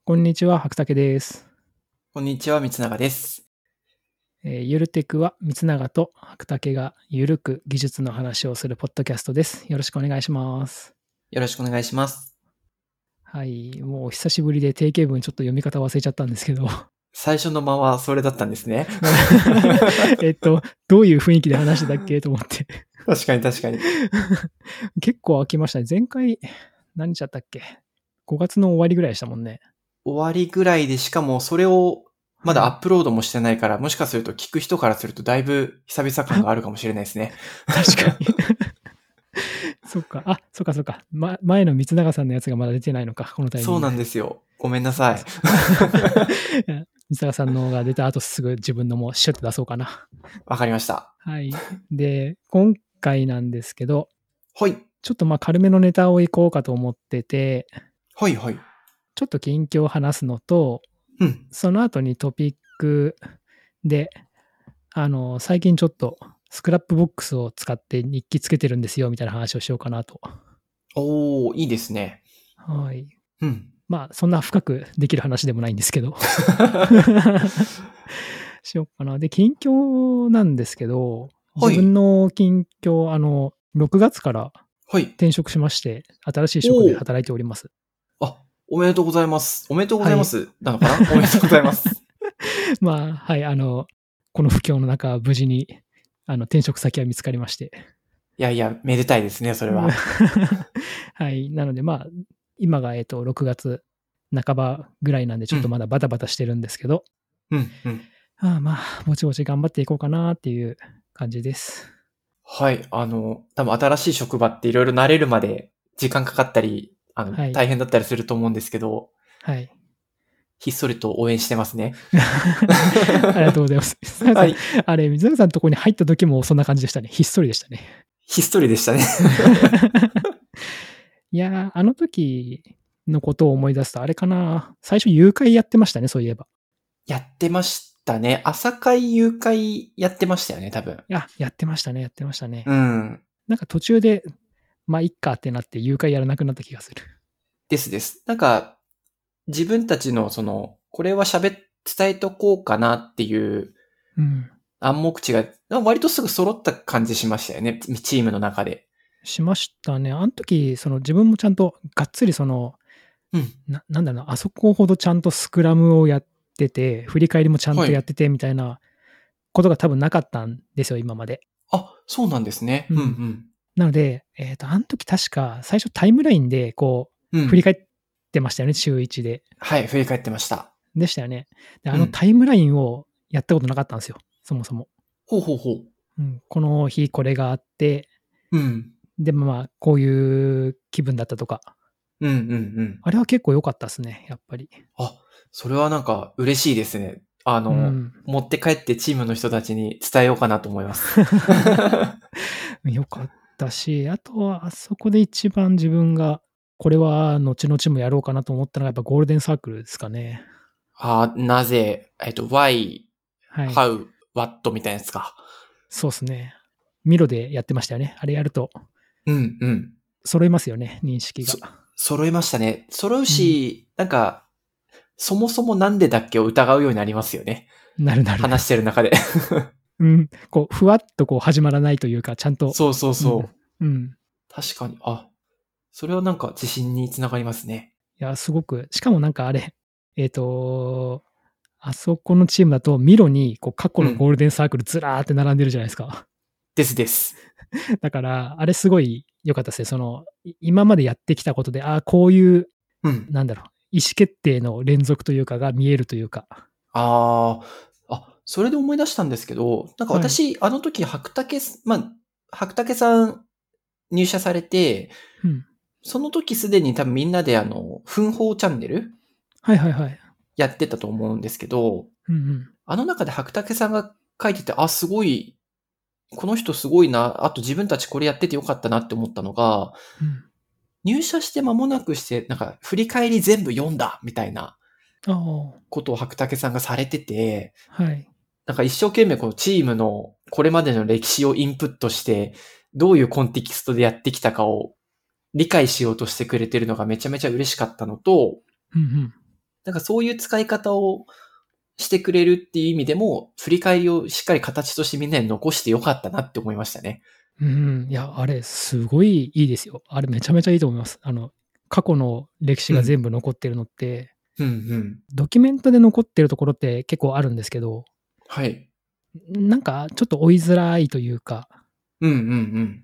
こんにちは、白竹です。 こんにちは、三永です。 ゆるテクは三永と白竹がゆるく技術の話をするポッドキャストです。よろしくお願いします。 よろしくお願いします。 はい、もう久しぶりで定型文ちょっと読み方忘れちゃったんですけど、 最初の間はそれだったんですね。 どういう雰囲気で話してたっけと思って。 確かに確かに。 結構飽きましたね。前回、何日だったっけ？ 5 月の終わりぐらいでしたもんね。 終わりぐらいで、しかもそれをまだアはい。 ップロードもしてないから、もしかすると聞く人からするとだいぶ久々感があるかもしれないですね。 確かに。そっか。あ、そっかそっか。前の三永さんのやつがまだ出てないのか、このタイミング。 そうなんですよ。ごめんなそっかさい。 そっか。三永さんのが出た後すぐ自分のもシュッと出そうかな。 わかりました。 はい。で、今回なんですけど、 はい。 ちょっと軽めのネタをいこうかと思ってて、 はいはい。 ちょっと近況を話すのと、 うん。 その後にトピックで、最近ちょっとスクラップボックスを使って日記つけてるんですよみたいな話をしようかなと。 おー、いいですね。 はい。 うん。 そんな深くできる話でもないんですけど。しようかな。で、近況なんですけど、自分はい。 の近況、6月からはい。 転職しまして、新しい職でおー。 働いております。 あ、おめでとうございます。おめでとうごはい。 ざいますなのかなおめでとうございます。 はい、この不況の中、無事に、転職先は見つかりまして。 いやいや、めでたいですね、それうんは。 はい。なので、今が、6月半ばぐらいなんで、ちょっとまうん。 だバタバタしてるんですけど、 うん。うん。 ぼちぼち頑張っていこうかなっていう感じです。 はい。多分新しい職場っていろいろ慣れるまで時間かかったり、 はい。 大変だったりすると思うんですけど、 はい。 ひっそりと応援してますね。 ありがとうございます。水永さん、 はい。 あれ、水永さんのところに入った時もそんな感じでしたね。ひっそりでしたね。 ひっそりでしたね。 いやー、あの時のことを思い出すと、あれかな。最初、誘拐やってましたね、そういえば。 やってましたね。朝会誘拐やってましたよね、多分。 やってましたね、やってましたね。 うん。 なんか途中で、いっかってなって誘拐やらなくなった気がする。 ですです。なんか、自分たちのこれは伝えとこうかなっていううん。 暗黙知が、割とすぐ揃った感じしましたよね、チームの中で。 しましたね。あの時、自分もちゃんとがっつりうん。 なんだろうな、あそこほどちゃんとスクラムをやってて、振り返りもちゃんはい。 とやっててみたいなことが多分なかったんですよ、今まで。 あ、そうなんですね。うんううん。 ん。 なので、あの時確か最初タイムラインでうん。 振り返ってましたよね、週1で。 はい、振り返ってました。 でしたよね。で、あのうん。 タイムラインをやったことなかったんですよ、そもそも。 ほうほうほう。 うん、この日これがあって、 うん。 で、こういう気分だったとか。 うんうんうん。 あれは結構良かったですね、やっぱり。 あ、それはなんか嬉しいですね。 うん。 持って帰ってチームの人たちに伝えようかなと思います。 良かったし、あとはあそこで一番自分が、これは後々もやろうかなと思ったのがやっぱゴールデンサークルですかね。 なぜ、why, はい。 how, what みたいなやつか。 そうですね。ミロでやってましたよね。あれやるとうんうん。 揃いますよね、認識が。 揃いましたね。揃ううん。 し、なんか、そもそもなんでだっけを疑うようになりますよね。 なるなる。 話してる中で。 うん。ふわっと始まらないというか、ちゃんと、 そうそううん。 そう。 うん。 確かに。それはなんか自信につながりますね。 いや、すごく、しかもなんかあれ、えっと、あそこのチームだとミロに過去うん。 のゴールデンサークルずらーって並んでるじゃないですか。 ですです。 だから、あれすごい良かったですね。今までやってきたことで、こういう、 うん。 なんだろう、意思決定の連続というかが見えるというか。 それで思い出したんですけど、なんかはい。 私、あの時、白竹さん入社されて、 うん。 その時すでに多分みんなで奮法チャンネルはいはいはい。 やってたと思うんですけど、 うんうん。 あの中で白竹さんが書いてて、すごい、この人すごいな、あと自分たちこれやっててよかったなって思ったのが、 うん。 入社して間もなくして、なんか振り返り全部読んだみたいなああ、 ことを白竹さんがされてて、 はい。 なんか一生懸命このチームのこれまでの歴史をインプットして、どういうコンテキストでやってきたかを理解しようとしてくれてるのがめちゃめちゃ嬉しかったのと、 うんうん。 なんかそういう使い方をしてくれるっていう意味でも、振り返りをしっかり形としてみんなに残してよかったなって思いましたね。 うん。いや、あれすごいいいですよ。あれめちゃめちゃいいと思います。過去の歴史が全部残ってるのって、 うんうん。 ドキュメントで残ってるところって結構あるんですけど、 はい。 なんかちょっと追いづらいというか、 うんうんうん。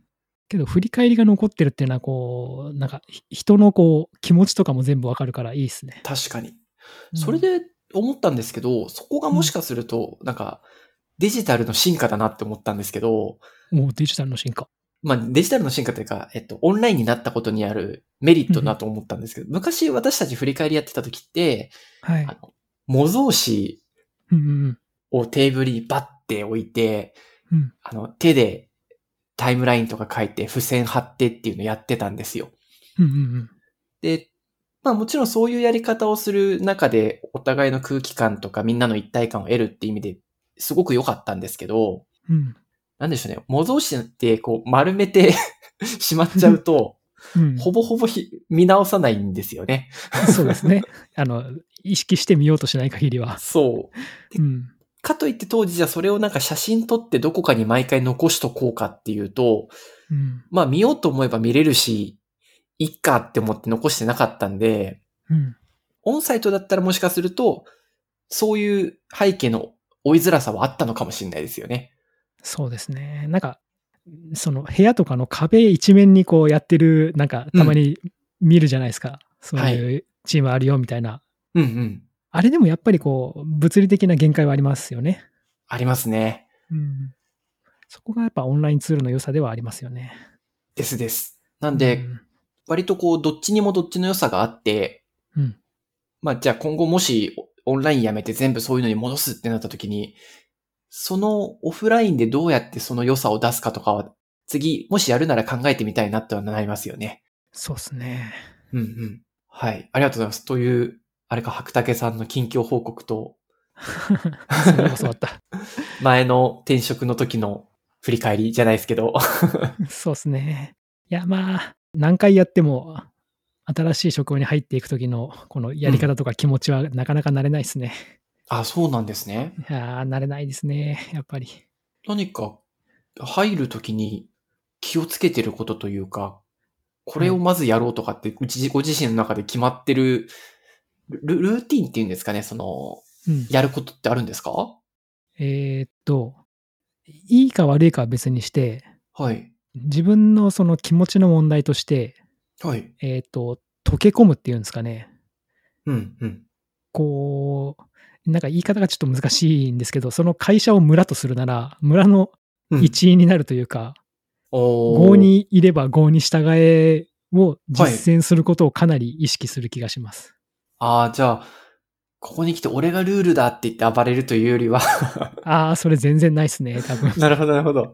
けど振り返りが残ってるっていうのはこう、なんか人のこう気持ちとかも全部わかるからいいですね。 確かに。 うん。 それで思ったんですけど、そこがうん。 もしかすると、なんか、デジタルの進化だなって思ったんですけど、 おデジタルの進化。 まあ、デジタルの進化というか、オンラインになったことにあるメリッうんうん。 トだと思ったんですけど、昔私たち振り返りやってた時って、 はい。 模造紙うんうんうん。 をテーブルにバッて置いて、 うん。 手でタイムラインとか書いて付箋貼ってっていうのをやってたんですよ。 うんうんうん。 で、まあもちろんそういうやり方をする中でお互いの空気感とかみんなの一体感を得るって意味ですごく良かったんですけど、 うん。 なんでしょうね。模造紙ってこう丸めてしまっちゃうと、 うん。 ほぼほぼ見直さないんですよね。 そうですね。あの、意識してみようとしない限りは。 そう。で、 うん。 かといって当時じゃそれをなんか写真撮ってどこかに毎回残しとこうかっていうと、 うん。 まあ見ようと思えば見れるし、いっかって思って残してなかったんで、 うん。 オンサイトだったらもしかすると、そういう背景の追いづらさはあったのかもしれないですよね。 そうですね。なんか、その部屋とかの壁一面にこうやってる、なんかうん。 たまに見るじゃないですか。そうはい。 いうチームあるよみたいな。 うんうん。 あれでもやっぱりこう、物理的な限界はありますよね。 ありますね。 うん。そこがやっぱオンラインツールの良さではありますよね。 ですです。なんで、 うん。 割とこう、どっちにもどっちの良さがあって、 うん。 まあじゃあ今後もしオンラインやめて全部そういうのに戻すってなった時に、そのオフラインでどうやってその良さを出すかとかは、次、もしやるなら考えてみたいなってはなりますよね。 そうですね。 うんうん。はい。ありがとうございます。という、あれか、白竹さんの近況報告と、 それは教わった。 前の転職の時の振り返りじゃないですけど。 そうですね。いや、まあ、何回やっても、新しい職場に入っていく時のこのやうん。 り方とか気持ちはなかなか慣れないですね。 あ、そうなんですね。 いや、慣れないですね、やっぱり。 何か入る時に気をつけてることというか、これをはい。 まずやろうとかって、ご自身の中で決まってるルーティンっていうんですかね、 うん。 やることってあるんですか？ えーっと、いいか悪いかは別にして、 はい。 自分のその気持ちの問題として、 はい。 溶け込むっていうんですかね。 うん、うん。 こう、なんか言い方がちょっと難しいんですけど、その会社を村とするなら、村のうん。 一員になるというか、郷おー。 にいれば郷に従えをはい。 実践することをかなり意識する気がします。 ああ、じゃあ、ここに来て俺がルールだって言って暴れるというよりはああ、それ全然ないっすね、多分。 なるほど、なるほど。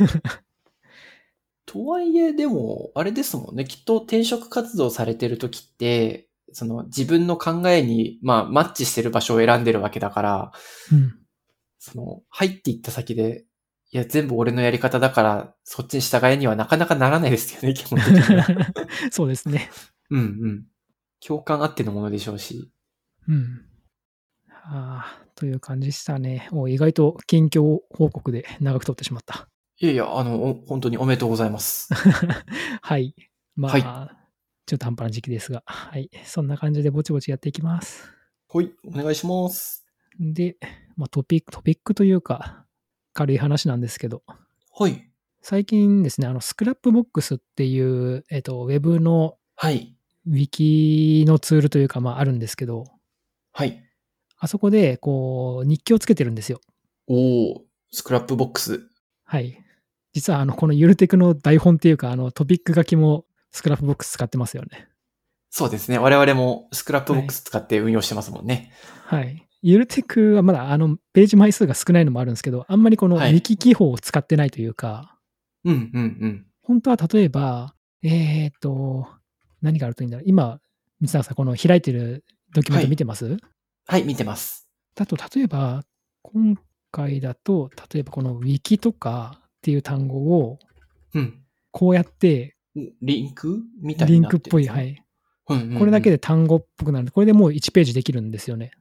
とはいえ、でも、あれですもんね。きっと転職活動されてる時って、その自分の考えに、まあ、マッチしてる場所を選んでるわけだから、 うん。 入っていった先で、いや、全部俺のやり方だから、そっちに従えにはなかなかならないですよね、基本的には。 そうですね。 うんうん。共感あってのものでしょうし。 うん。ああ、という感じでしたね。意外と近況報告で長く取ってしまった。 いやいや、本当におめでとうございます。 はい。 はい。 まあ、中途半端な時期ですが、はい。そんな感じでぼちぼちやっていきます。 はい、お願いします。 で、まあ、トピックというか、軽い話なんですけど、 はい。 最近ですね、スクラップボックスっていう、ウェブのはい。 ウィキのツールというか、まあ、あるんですけど、 はい。 あそこで、こう、日記をつけてるんですよ。 おー、スクラップボックス。 はい。実は、このゆるテクの台本っていうか、トピック書きもスクラップボックス使ってますよね。 そうですね。我々もスクラップボックはい。 ス使って運用してますもんね。 はい。ゆるテクはまだ、ページ枚数が少ないのもあるんですけど、あんまりこのウはい。 ィキ記法を使ってないというか、 うん、うん、うん。 本当は例えば、えっと、何があるといいんだろう。今、光永さん、この開いてるドキュメント見はい。 てます？ はい、見てます。 だと、例えば、今回だと、例えばこのウィキとかっていう単語を、 うん。 こうやってリンクみたいになリンクっぽい、 ってるんですか？ はい。 うんうんうん。 これだけで単語っぽくなるんで、これでもう1ページできるんですよね。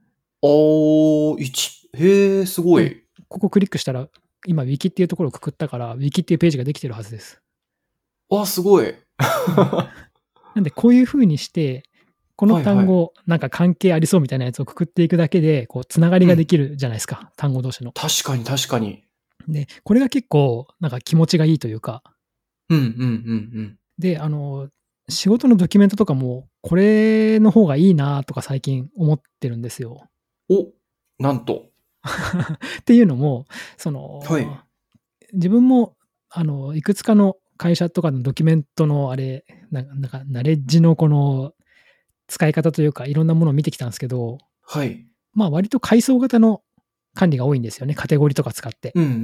へえ、すごで、 い。 ここクリックしたら、今 Wiki っていうところをくくったから、Wiki っていうページができてるはずです。 すごい。 うん。なんでこういう風にして、このはいはい。 単語、なんか関係ありそうみたいなやつをくくっていくだけで、こうつながりうん。 ができるじゃないですか、単語同士の。 確かに確かに。 で、これが結構なんか気持ちがいいというか、 うんうんうんで、仕事のドキュメントとかも、これの方がいいなとか最近思ってるんですよ。 うん。なんと。 っていうのも、 はい。 自分も、いくつかの会社とかのドキュメントのあれ、なんかナレッジのこの使い方というか、いろんなものを見てきたんですけど、 はい。 まあ、割と階層型の管理が多いんですよね、カテゴリーとか使って。 うんうんうん。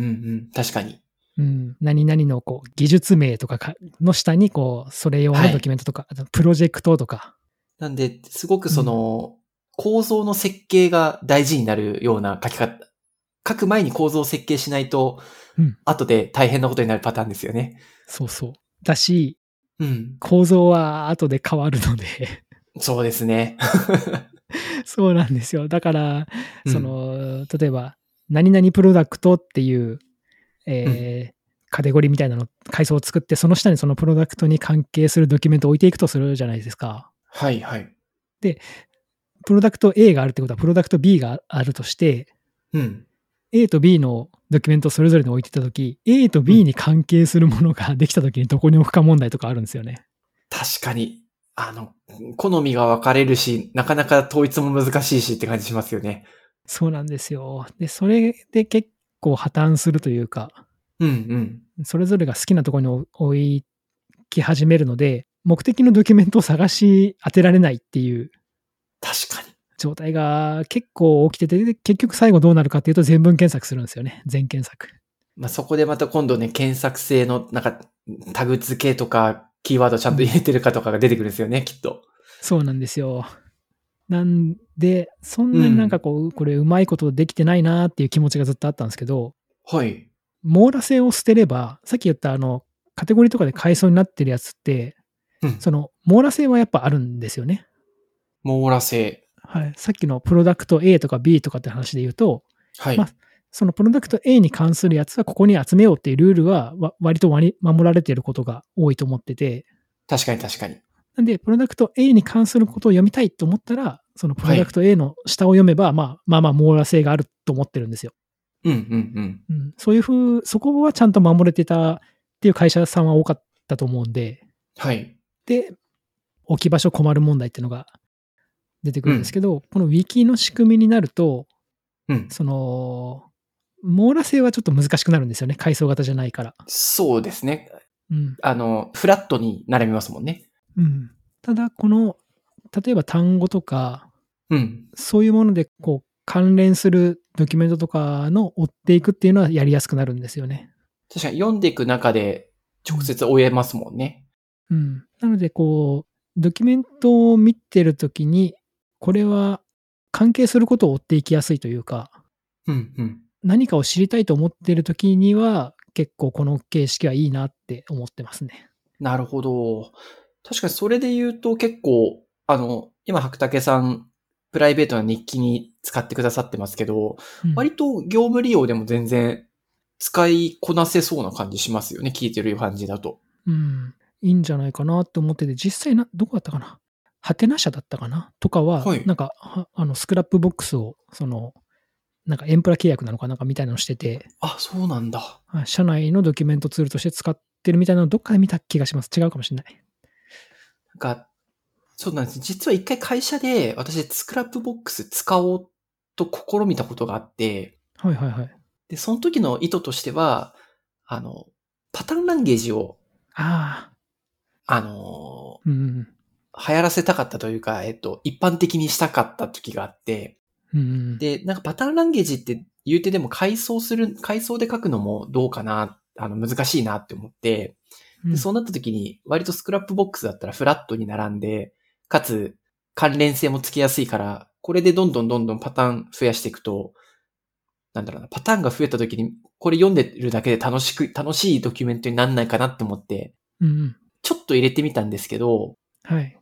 確かに。 うん、何々のこう技術名とかの下にこう、それ用のドキュはい。 メントとか、あとプロジェクトとか。 なんで、すごくうん、 構造の設計が大事になるような書き方。書く前に構造を設計しないと、 うん、 後で大変なことになるパターンですよね。 そうそう。だし、 うん。 構造は後で変わるのでそうですね。 そうなんですよ。だから、 うん。 例えば、何々プロダクトっていう、 うん。 カテゴリーみたいなの、階層を作って、その下にそのプロダクトに関係するドキュメントを置いていくとするじゃないですか。 はいはい。 で、プロダクト A があるってことは、プロダクト B があるとして、 うん。 A と B のドキュメントをそれぞれに置いてたとき、A とう B ん。 に関係するものができたときにどこに置くか問題とかあるんですよね。 確かに。好みが分かれるし、なかなか統一も難しいしって感じしますよね。 そうなんですよ。で、それで結構破綻するというか、 うんうん。 それぞれが好きなところに置き始めるので、目的のドキュメントを探し当てられないっていう確かに。 状態が結構起きてて、で結局最後どうなるかっていうと全文検索するんですよね。全検索。 そこでまた今度ね、検索性の、タグ付けとか、キーワードちゃんと入うん。 れてるかとかが出てくるんですよね、きっと。 そうなんですよ。なんで、そんなになんかうん。 こう、これうまいことできてないなっていう気持ちがずっとあったんですけど、 はい。 網羅性を捨てれば、さっき言ったカテゴリーとかで階層になってるやつって、 うん。 その網羅性はやっぱあるんですよね。 網羅性。 はい。さっきのプロダクト A とか B とかって話で言うと、まあ、 はい。 そのプロダクト A に関するやつはここに集めようっていうルールは、割と守られていることが多いと思ってて、 確かに確かに。 なんで、プロダクト A に関することを読みたいと思ったら、そのプロはい。 ダクト A の下を読めば、網羅性があると思ってるんですよ。 うんうんうん。 うん。そういうそこはちゃんと守れてたっていう会社さんは多かったと思うんで、 はい。 で、置き場所困る問題っていうのが出てくうん。 るんですけど、この Wiki の仕組みになると、 うん。 その、網羅性はちょっと難しくなるんですよね。階層型じゃないから。 そうですね。 うん。 フラットに並びますもんね。 うん。ただ、例えば単語とか、 うん。 そういうものでこう関連するドキュメントとかの追っていくっていうのはやりやすくなるんですよね。 確かに読んでいく中でうん。 直接追えますもんね。 うん。なので、ドキュメントを見てるときに、これは関係することを追っていきやすいというか、 うんうん。 何かを知りたいと思っているときには、結構この形式はいいなって思ってますね。 なるほど。確かにそれで言うと結構、今白竹さん、プライベートな日記に使ってくださってますけど、 うん。 割と業務利用でも全然使いこなせそうな感じしますよね。聞いてる感じだと。 うん。いいんじゃないかなと思ってて、実際どこだったかな。ハテナ社だったかなとかは、 はい。 なんか、スクラップボックスを、なんかエンプラ契約なのかなんかみたいなのしてて、 あ、そうなんだ。 はい、社内のドキュメントツールとして使ってるみたいなのをどっかで見た気がします。違うかもしれない。 なんか、そうなんです。実は一回会社で私スクラップボックス使おうと試みたことがあって、 はいはいはい。 で、その時の意図としては、あの、パターンランゲージを、 ああ、 あの、 うんうん流行らせたかったというか、一般的にしたかった時があって、 うん。うんうん。 で、なんかパターンランゲージって言うてでも階層で書くのもどうかな、難しいなって思って、で、 うん。 そうなった時に、割とスクラップボックスだったらフラットに並んで、かつ関連性もつけやすいから、これでどんどんどんどんパターン増やしていくと、なんだろうな、パターンが増えた時に、これ読んでるだけで楽しいドキュメントになんないかなって思って、 うんうん。 ちょっと入れてみたんですけど、 はい。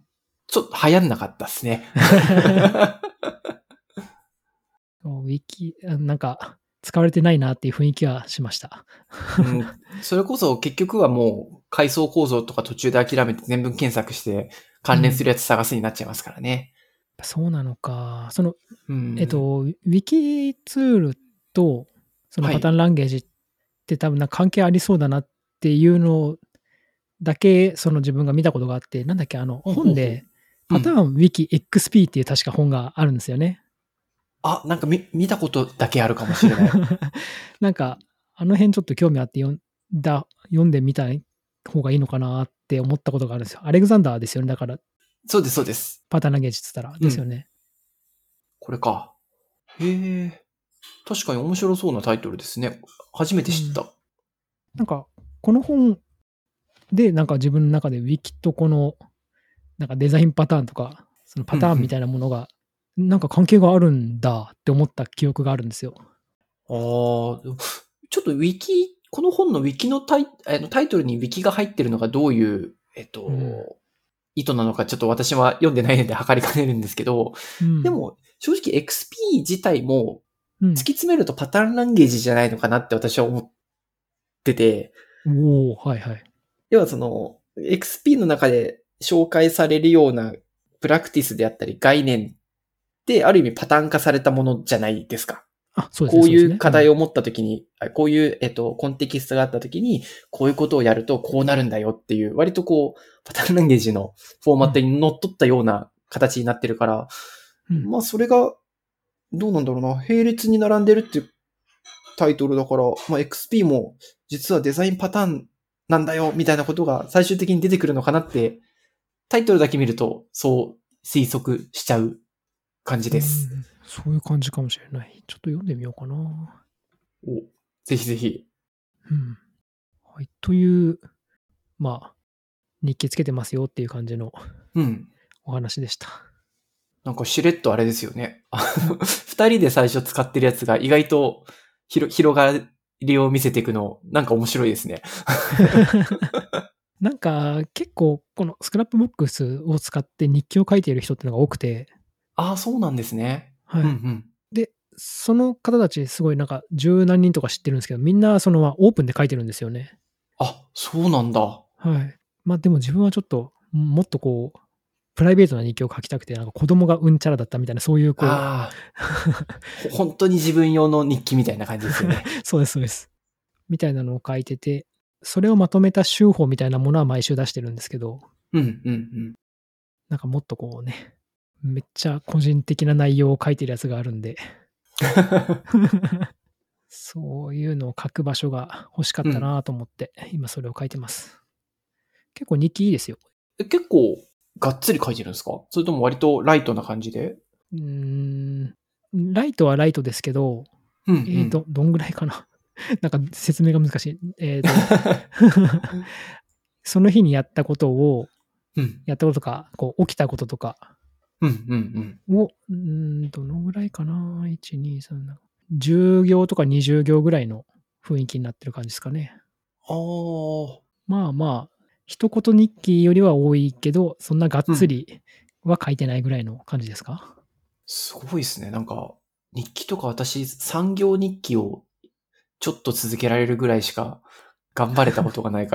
ちょっと流行んなかったですね。 ウィキ、なんか、使われてないなっていう雰囲気はしました。 うん、それこそ結局はもう階層構造とか途中で諦めて全文検索して関連するやつ探すになっちゃいますからね。 そうなのか。 うん。 ウィキツールと、そのはい。 パターンランゲージって多分なんか関係ありそうだなっていうのだけ、その自分が見たことがあって、なんだっけ、 ほうほうほう。 本で、パターうん。 ン Wiki XP っていう確か本があるんですよね。 あ、なんか見たことだけあるかもしれない。 なんか、あの辺ちょっと興味あって読んでみた方がいいのかなって思ったことがあるんですよ。アレクザンダーですよね。だから、 そうです、そうです。 パターンランゲージって言ったら。 うん。 ですよね。 これか。へえ。確かに面白そうなタイトルですね。初めてうん。 知った。 なんか、この本で、なんか自分の中で Wiki とこの、なんかデザインパターンとか、そのパターンみたいなものが、なんか関係があるんだって思った記憶があるんですよ。 ああ、ちょっとこの本のウィキのタイトルにウィキが入ってるのがどういう、 うん。 意図なのかちょっと私は読んでないので測りかねるんですけど、 うん。 でも正直 XP 自体も突きうん。 詰めるとパターンランゲージじゃないのかなって私は思ってて、 おお、はいはい。 要はその XP の中で紹介されるようなプラクティスであったり概念ってある意味パターン化されたものじゃないですか。 あ、そうですね、 こうそうですね。 いう課うん。 題を持ったときに、こういう、コンテキストがあったときに、こういうことをやるとこうなるんだよっていう、割とこう、パターンランゲージのフォーマットうん。 にのっとったような形になってるから、 うん。 まあそれが、どうなんだろうな、並列に並んでるっていうタイトルだから、まあ XP も実はデザインパターンなんだよ、みたいなことが最終的に出てくるのかなって、タイトルだけ見ると、そう推測しちゃう感じうです。 ん。そういう感じかもしれない。ちょっと読んでみようかな。 お、ぜひぜひ。 うん。はい。という、まあ、日記つけてますよっていう感じのうん。 お話でした。 なんかしれっとあれですよね。 うん。 二人で最初使ってるやつが意外と広がりを見せていくの、なんか面白いですね。 なんか、結構、このスクラップボックスを使って日記を書いている人っていうのが多くて、 ああ、そうなんですね。 はい。 うんうん。 で、その方たちすごいなんか十何人とか知ってるんですけど、みんなそのオープンで書いてるんですよね。 あ、そうなんだ。 はい。ま、でも自分はちょっと、もっとこう、プライベートな日記を書きたくて、なんか子供がうんちゃらだったみたいな、そういうこうああ、本当に自分用の日記みたいな感じですよね。 そうですそうです。みたいなのを書いてて、それをまとめた週報みたいなものは毎週出してるんですけど、 うんうんうん。 なんかもっとこうね、めっちゃ個人的な内容を書いてるやつがあるんで、そういうのを書く場所が欲しかっうん。 たなと思って、今それを書いてます。結構日記いいですよ。 結構、がっつり書いてるんですか？それとも割とライトな感じで？ うーん、ライトはライトですけど、 うんうん。 どんぐらいかな。なんか説明が難しい。その日にうん。 やったこととか、こう起きたこととかうんうんうん。 を、どのぐらいかな。1、2、3、10行とか20行ぐらいの雰囲気になってる感じですかね。 ああ、 まあまあ、一言日記よりは多いけど、そんながっうん。 つりは書いてないぐらいの感じですか？ すごいですね。なんか、日記とか私、産業日記をちょっと続けられるぐらいしか頑張れたことがないから。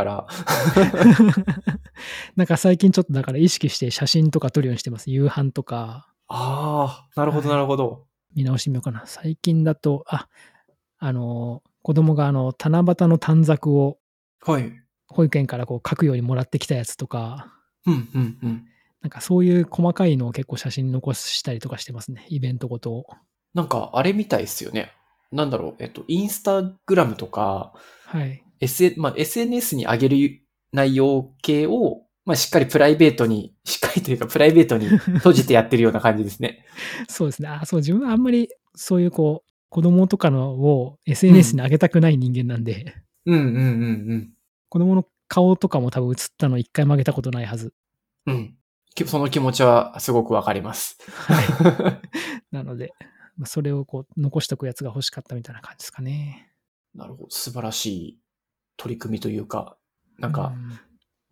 なんか最近ちょっとだから意識して写真とか撮るようにしてます。夕飯とか、 ああ、なるほどなはい。 るほど。 見直してみようかな。最近だと、子供が七夕の短冊をはい。 保育園からこう書くようにもらってきたやつとか、 うんうんうん。 なんかそういう細かいのを結構写真に残したりとかしてますね。イベントごとを。 なんか、あれみたいですよね。なんだろう、インスタグラムとか、 はい。 まあ、SNS に上げる内容系を、まあ、しっかりプライベートに、しっかりというかプライベートに閉じてやってるような感じですね。 そうですね。そう、自分はあんまりそういうこう、子供とかのをう SNS にん。 上げたくない人間なんで、 うんうんうん子供の顔とかも多分写ったの一回も上げたことないはず。 うん。うん。その気持ちはすごくわかります。 はい。なので、それをこう残しとくやつが欲しかったみたいな感じですかね。 なるほど。素晴らしい取り組みというか、なんか、 うん。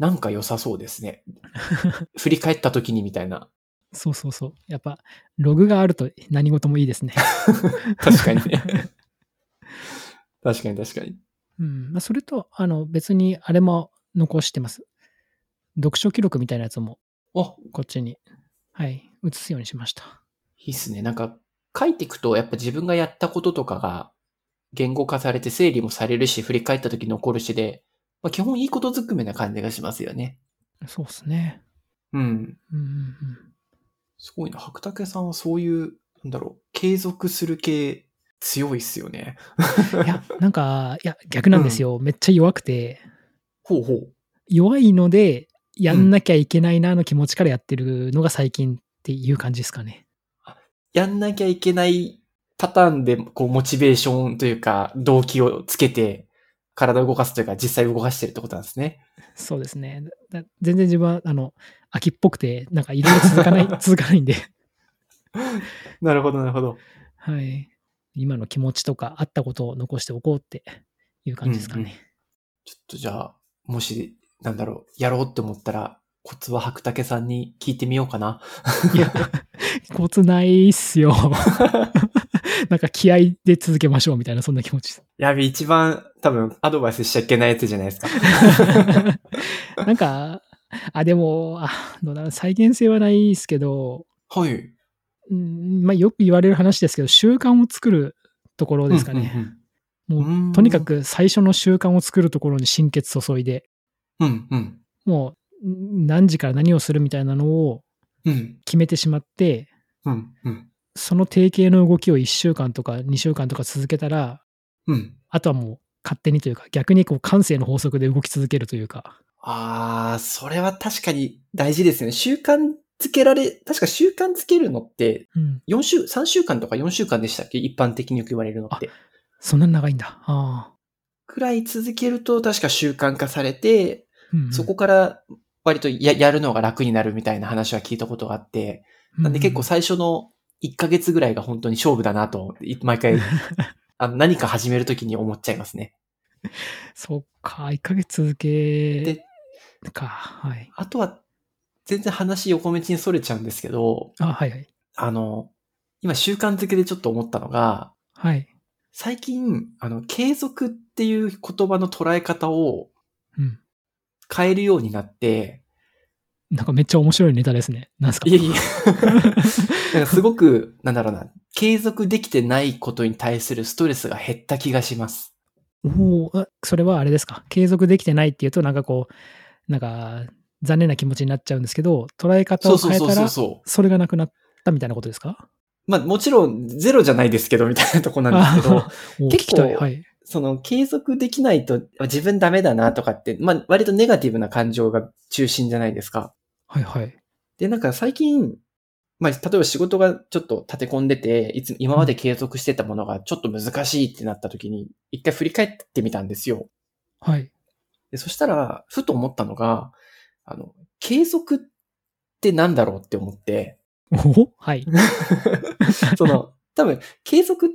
なんか良さそうですね。振り返った時にみたいな。 そうそうそう。やっぱ、ログがあると何事もいいですね。 確かにね。確かに確かに。 うん。まあ、それと、別にあれも残してます。読書記録みたいなやつも、 あ、 こっちに、はい、移すようにしました。 いいっすね。なんか、書いていくと、やっぱ自分がやったこととかが言語化されて整理もされるし、振り返った時残るしで、まあ、基本いいことずくめな感じがしますよね。 そうですね。 うん。 うんうんうん。 すごいな。白竹さんはそういう、なんだろう、継続する系強いっすよね。 いや、なんか、いや、逆なんですよ。めっちゃ弱くて、 ほうほう。 弱いので、やうんんなきゃいけないなの気持ちからやってるのが最近っていう感じですかね。 やんなきゃいけないパターンで、こう、モチベーションというか、動機をつけて、体を動かすというか、実際動かしてるってことなんですね。 そうですね。全然自分は、秋っぽくて、なんかいろいろ続かない、続かないんで、 なるほど、なるほど。 はい。今の気持ちとか、あったことを残しておこうっていう感じですかね。 ちょっとじゃあ、もし、なんだろう、やろうって思ったら、コツは白竹さんに聞いてみようかな。 いや、コツないっすよ。なんか気合で続けましょうみたいな、そんな気持ちです。 やべ、一番多分アドバイスしちゃいけないやつじゃないですか。 なんか、でも、どうだろう、再現性はないですけど、 はい。 まあ、よく言われる話ですけど、習慣を作るところですかね。もう、とにかうん。 く最初の習慣を作るところに心血注いで、 うんうん。 もう、何時から何をするみたいなのをうん。 決めてしまって、 うんうん。 その定型の動きを1週間とか2週間とか続けたら、 うんあとはもう勝手にというか、逆にこう感性の法則で動き続けるというか。 ああ、それは確かに大事ですよね。習慣つけられ、確か習慣つけるのって、 うん。 3週間とか4週間でしたっけ？一般的によく言われるのっあ、 て。 そんなに長いんだ。 くらい続けると確か習慣化されて、そうんうん。 こから割とやるのが楽になるみたいな話は聞いたことがあって、なんで結構最初の1ヶ月ぐらいが本当に勝負だなと、毎回、何か始めるときに思っちゃいますね。 そっか、1ヶ月続けで、 か。はい。 あとは全然話横道にそれちゃうんですけど、 はいはい。 今習慣づけでちょっと思ったのが、 はい。 最近、継続っていう言葉の捉え方をうん。 変えるようになって、 なんかめっちゃ面白いネタですね。なんすか？ いえいえ。なんかすごく、なんだろうな、継続できてないことに対するストレスが減った気がします。 おお、それはあれですか？継続できてないっていうと、なんかこう、なんか残念な気持ちになっちゃうんですけど、捉え方をそうそうそう変えたら、 そうそう。 それがなくなったみたいなことですか？ まあもちろんゼロじゃないですけど、みたいなとこなんですけど、 聞きたい。は結構、 い。 その継続できないと自分ダメだなとかって、まあ割とネガティブな感情が中心じゃないですか。 はいはい。 で、なんか最近、まあ例えば仕事がちょっと立て込んでて、今まで継続してたものがちょっと難しいってなった時に、一回振り返ってみたんですよ。 はい。 で、そしたら、ふと思ったのが、継続ってなんだろうって思って、 はい。 多分、継続って、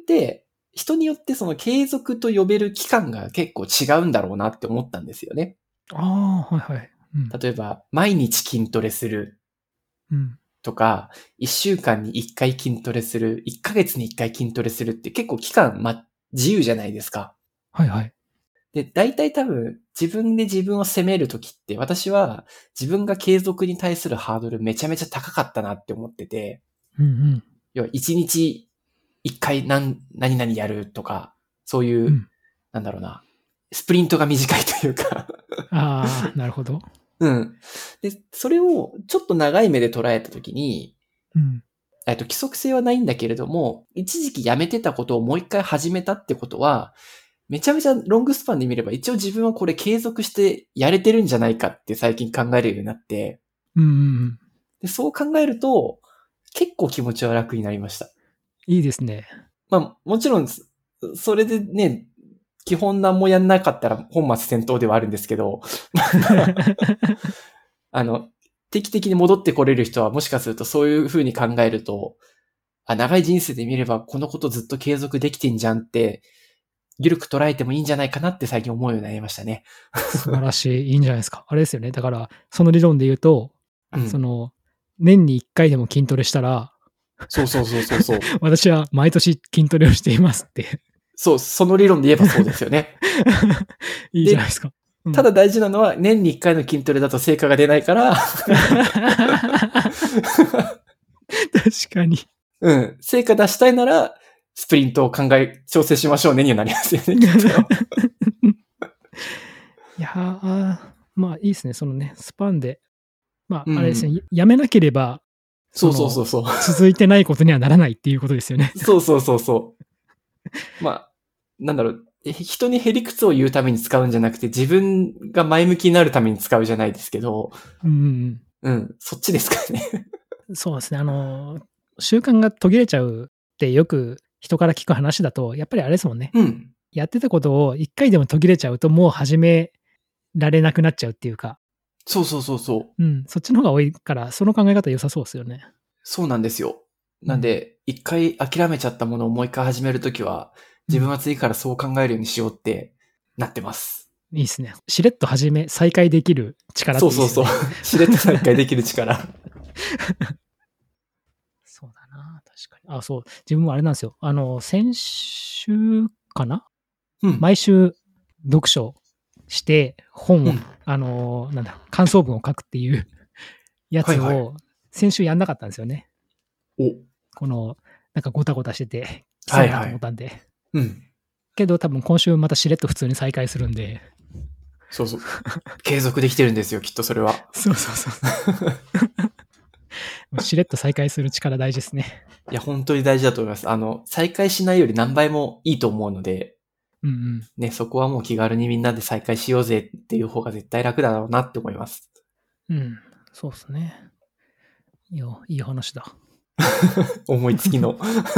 人によってその継続と呼べる期間が結構違うんだろうなって思ったんですよね。 はいはい。うん。 例えば、毎日筋トレするうん。 とか、1週間に1回筋トレする、1ヶ月に1回筋トレするって結構期間、自由じゃないですか。 はいはい。 で、大体多分、自分で自分を責めるときって、私は自分が継続に対するハードルめちゃめちゃ高かったなって思ってて、 うんうん。 要は1日1回何々やるとか、そういう、 うん。 なんだろうな、スプリントが短いというかなるほど。 うん。で、それをちょっと長い目で捉えたときに、 うん。 規則性はないんだけれども、一時期やめてたことをもう一回始めたってことは、めちゃめちゃロングスパンで見れば一応自分はこれ継続してやれてるんじゃないかって最近考えるようになって、 うんうんうん。 でそう考えると結構気持ちは楽になりました。 いいですね。 まあもちろんそれでね、基本何もやんなかったら本末転倒ではあるんですけど、定期的に戻ってこれる人はもしかするとそういう風に考えると、長い人生で見ればこのことずっと継続できてんじゃんって緩く捉えてもいいんじゃないかなって最近思うようになりましたね。 素晴らしい。いいんじゃないですか。あれですよね。だから、その理論で言うと、 うんその、年に1回でも筋トレしたら、 そうそうそうそうそう。 私は毎年筋トレをしていますって。 そう、その理論で言えばそうですよね。 いいじゃないですか。うんただ大事なのは、年に1回の筋トレだと成果が出ないから、 確かに。 うん、成果出したいなら、スプリントを調整しましょうねにはなりますよね、きっと。 いやー、まあいいですね。そのね、スパンで。まあ、 うんあれですね。やめなければ、 そうそうそうそう。 続いてないことにはならないっていうことですよね。 そうそうそうそう。まあ、なんだろう。人にへりくつを言うために使うんじゃなくて、自分が前向きになるために使うじゃないですけど、 うん。 うん、そっちですからね。 そうですね。習慣が途切れちゃうってよく人から聞く話だと、やっぱりあれですもんね。 うん。 やってたことを一回でも途切れちゃうと、もう始められなくなっちゃうっていうか、 そうそうそうそう。 うん、そっちの方が多いから、その考え方良さそうですよね。 そうなんですよ。なんで、一回諦めちゃったものをもう一回始めるときは、自分は次からそう考えるようにしようってなってます。 いいですね。しれっと再開できる力っていいですね。 そうそうそう。しれっと再開できる力。 そうだな、確かに。あ、そう。自分もあれなんですよ。先週かなうん。 毎週読書して本を、 うん感想文を書くっていうやつはいはいを先週やんなかったんですよね。 お。 なんかごたごたしてて、きついなと思ったんで。 うん。 けど多分今週またしれっと普通に再開するんで。 そうそう。継続できてるんですよ、きっとそれは。 そうそうそう。しれっと再開する力大事ですね。 いや、本当に大事だと思います。再開しないより何倍もいいと思うので、 うんうん。 ね、そこはもう気軽にみんなで再開しようぜっていう方が絶対楽だろうなって思います。 うん。そうですね。いい話だ。 思いつきの。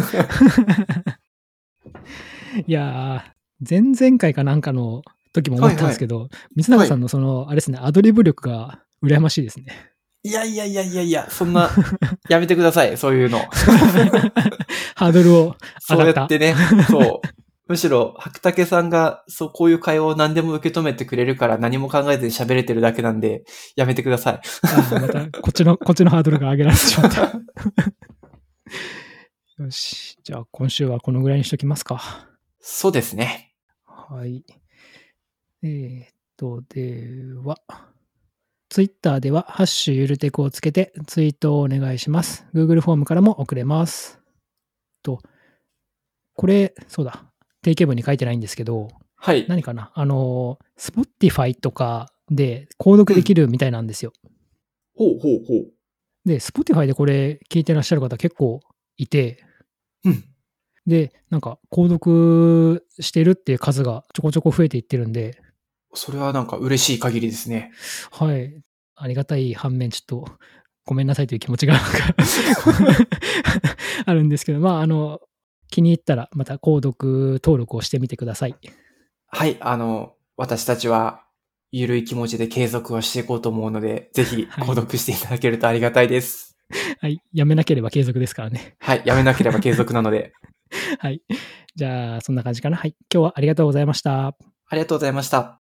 いやー、前々回かなんかの時も思ったんですけど、光永さんのあれですね、アドリブ力が羨ましいですね。 いやいやいやいやいや、そんな、やめてください、そういうの。 ハードルを上がった。 そうやってね、そう。むしろ、白竹さんが、そう、こういう会話を何でも受け止めてくれるから何も考えずに喋れてるだけなんで、やめてください。 また、こっちのハードルが上げられてしまった。よし。じゃあ、今週はこのぐらいにしときますか。 そうですね。 はい。では、ツイッターでは、ハッシュゆるテクをつけてツイートをお願いします。Google フォームからも送れます。これ、そうだ。定型文に書いてないんですけど、 はい。 何かなSpotify とかで購読できるみたいなんですよ。 ほうほうほう。 で、Spotify でこれ聞いてらっしゃる方結構いて、 うん。 で、なんか購読してるっていう数がちょこちょこ増えていってるんで、 それはなんか嬉しい限りですね。 はい。ありがたい反面、ちょっとごめんなさいという気持ちがなんかあるんですけど、まあ、気に入ったらまた購読登録をしてみてください。 はい、私たちは、ゆるい気持ちで継続をしていこうと思うので、ぜひ、 はい購読していただけるとありがたいです。 はい。やめなければ継続ですからね。 はい、やめなければ継続なので。 はい。じゃあ、そんな感じかな。はい。今日はありがとうございました。 ありがとうございました。